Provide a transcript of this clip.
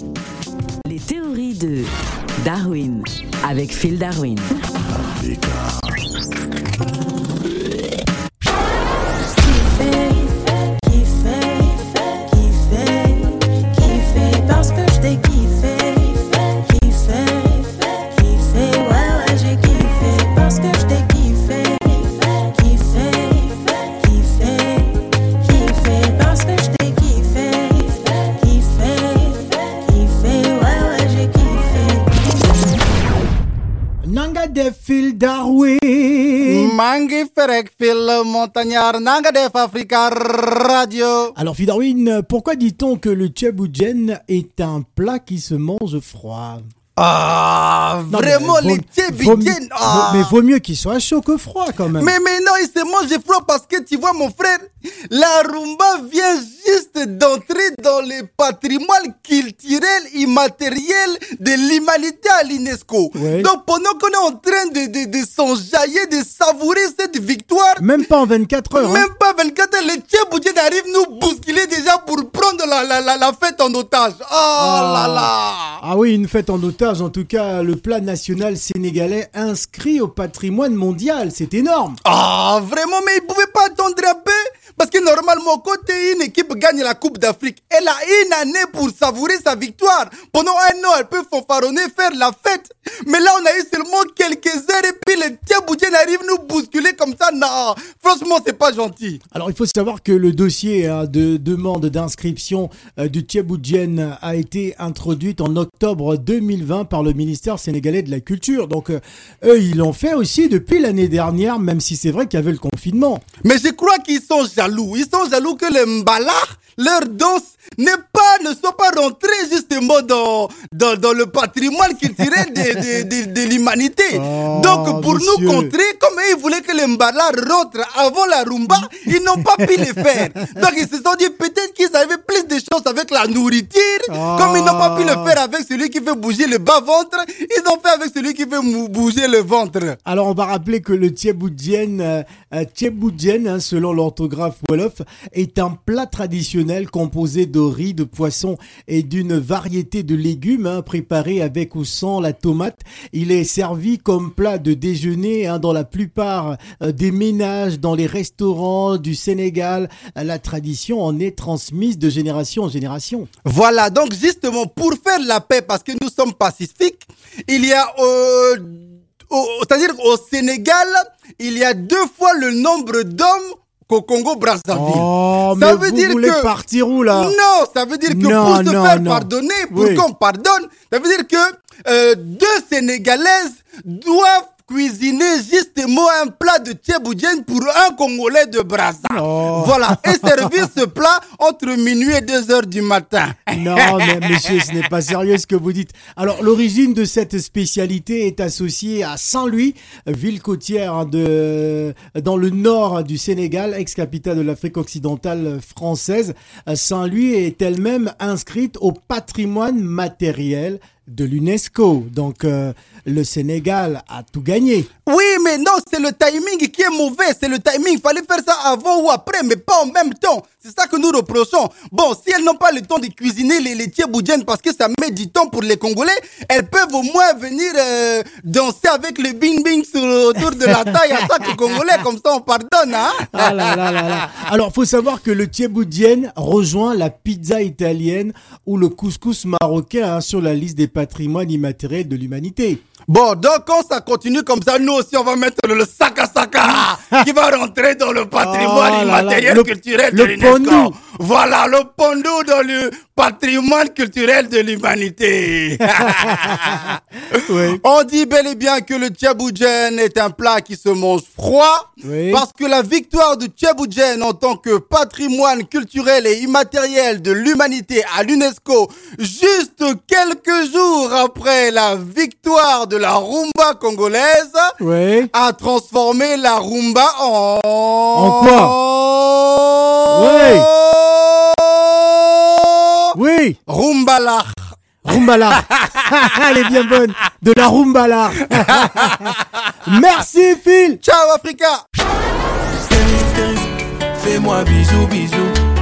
Les théories de Darwin avec Phil Darwin. Parce que je t'ai kiffé, ouais j'ai kiffé, parce que je t'ai kiffé, parce que je t'ai kiffé, ouais j'ai kiffé. Nanga de Phil Darwin. Mangi Ferek Phil Montagnard, Nanga Def Africa Radio. Alors Phil Darwin, pourquoi dit-on que le tchéboudjen est un plat qui se mange froid? Ah, Non, vraiment, mais les tchéboudjen. Mais vaut mieux qu'il soit chaud que froid quand même. Mais non, il se mange froid parce que tu vois, mon frère, la rumba vient juste d'entrer dans le patrimoine culturel immatériel de l'humanité à l'UNESCO. Ouais. Donc, pendant qu'on est en train de s'enjailler, de savourer cette victoire, Même pas en 24 heures. même pas 24 heures, les tchéboudjen arrivent nous bousculer déjà pour prendre la fête en otage. Oh là là. Ah oui, une fête en otage. En tout cas, le plat national sénégalais inscrit au patrimoine mondial. C'est énorme. Ah, vraiment, mais ils ne pouvaient pas attendre un peu? Parce que normalement, quand une équipe gagne la Coupe d'Afrique, elle a une année pour savourer sa victoire. Pendant un an, elle peut fanfaronner, faire la fête. Mais là, on a eu seulement quelques heures et puis les tchéboudjen arrivent nous bousculer comme ça. Non, franchement, c'est pas gentil. Alors, il faut savoir que le dossier de demande d'inscription du tchéboudjen a été introduit en octobre 2020 par le ministère sénégalais de la Culture. Donc, eux, ils l'ont fait aussi depuis l'année dernière, même si c'est vrai qu'il y avait le confinement. Mais je crois qu'ils sont jaloux. Ils sont jaloux que les mbalar, leur danse, ne soit pas rentrée justement dans le patrimoine culturel de l'humanité. Oh, Donc pour monsieur. nous contrer, comme ils voulaient que les mbalar rentrent avant la rumba, ils n'ont pas pu le faire. Donc ils se sont dit peut-être qu'ils avaient plus de chance avec la nourriture. Comme ils n'ont pas pu le faire avec celui qui fait bouger le bas-ventre, ils ont fait avec celui qui fait bouger le ventre. Alors, on va rappeler que le tchéboudjen, selon l'orthographe wolof, est un plat traditionnel composé de riz, de poisson et d'une variété de légumes préparés avec ou sans la tomate. Il est servi comme plat de déjeuner dans la plupart des ménages, dans les restaurants du Sénégal. La tradition en est transmise de génération en génération. Voilà, donc justement, pour faire la paix, parce que nous sommes pacifiques, il y a, c'est-à-dire au Sénégal, il y a 2 fois le nombre d'hommes qu'au Congo-Brazzaville. Oh, Ça mais veut vous dire voulez que- partir où là? Non, ça veut dire que Non, pour se non, faire non. pardonner, pour Oui. qu'on pardonne, ça veut dire que 2 Sénégalaises doivent cuisiner justement un plat de tchéboudjen pour un Congolais de Brazza. Oh. Voilà, et servir ce plat entre minuit et 2 heures du matin. Non, mais monsieur, ce n'est pas sérieux ce que vous dites. Alors, l'origine de cette spécialité est associée à Saint-Louis, ville côtière dans le nord du Sénégal, ex-capitale de l'Afrique occidentale française. Saint-Louis est elle-même inscrite au patrimoine matériel de l'UNESCO. Donc, le Sénégal a tout gagné. Oui, mais non, c'est le timing qui est mauvais. C'est le timing. Il fallait faire ça avant ou après, mais pas en même temps. C'est ça que nous reprochons. Bon, si elles n'ont pas le temps de cuisiner les tchéboudjen parce que ça met du temps pour les Congolais, elles peuvent au moins venir danser avec le bing-bing autour de la taille à chaque Congolais. Comme ça, on pardonne, hein? Ah là là là là. Alors, faut savoir que le tchéboudjen rejoint la pizza italienne ou le couscous marocain sur la liste des patrimoines immatériels de l'humanité. Bon, donc quand ça continue comme ça, nous aussi on va mettre le saka qui va rentrer dans le patrimoine Oh là là, immatériel le- culturel le de l'UNESCO. pondou. Voilà, le pondou dans le patrimoine culturel de l'humanité. Oui. On dit bel et bien que le tchéboudjen est un plat qui se mange froid, Oui. parce que la victoire du tchéboudjen en tant que patrimoine culturel et immatériel de l'humanité à l'UNESCO, juste quelques jours après la victoire de la rumba congolaise, Oui. a transformé la rumba en... En quoi? Oui. Oui. Rumbala. Rumbala. Elle est bien bonne. De la rumbala. Merci Phil. Ciao Africa. Fais-moi bisous, bisous.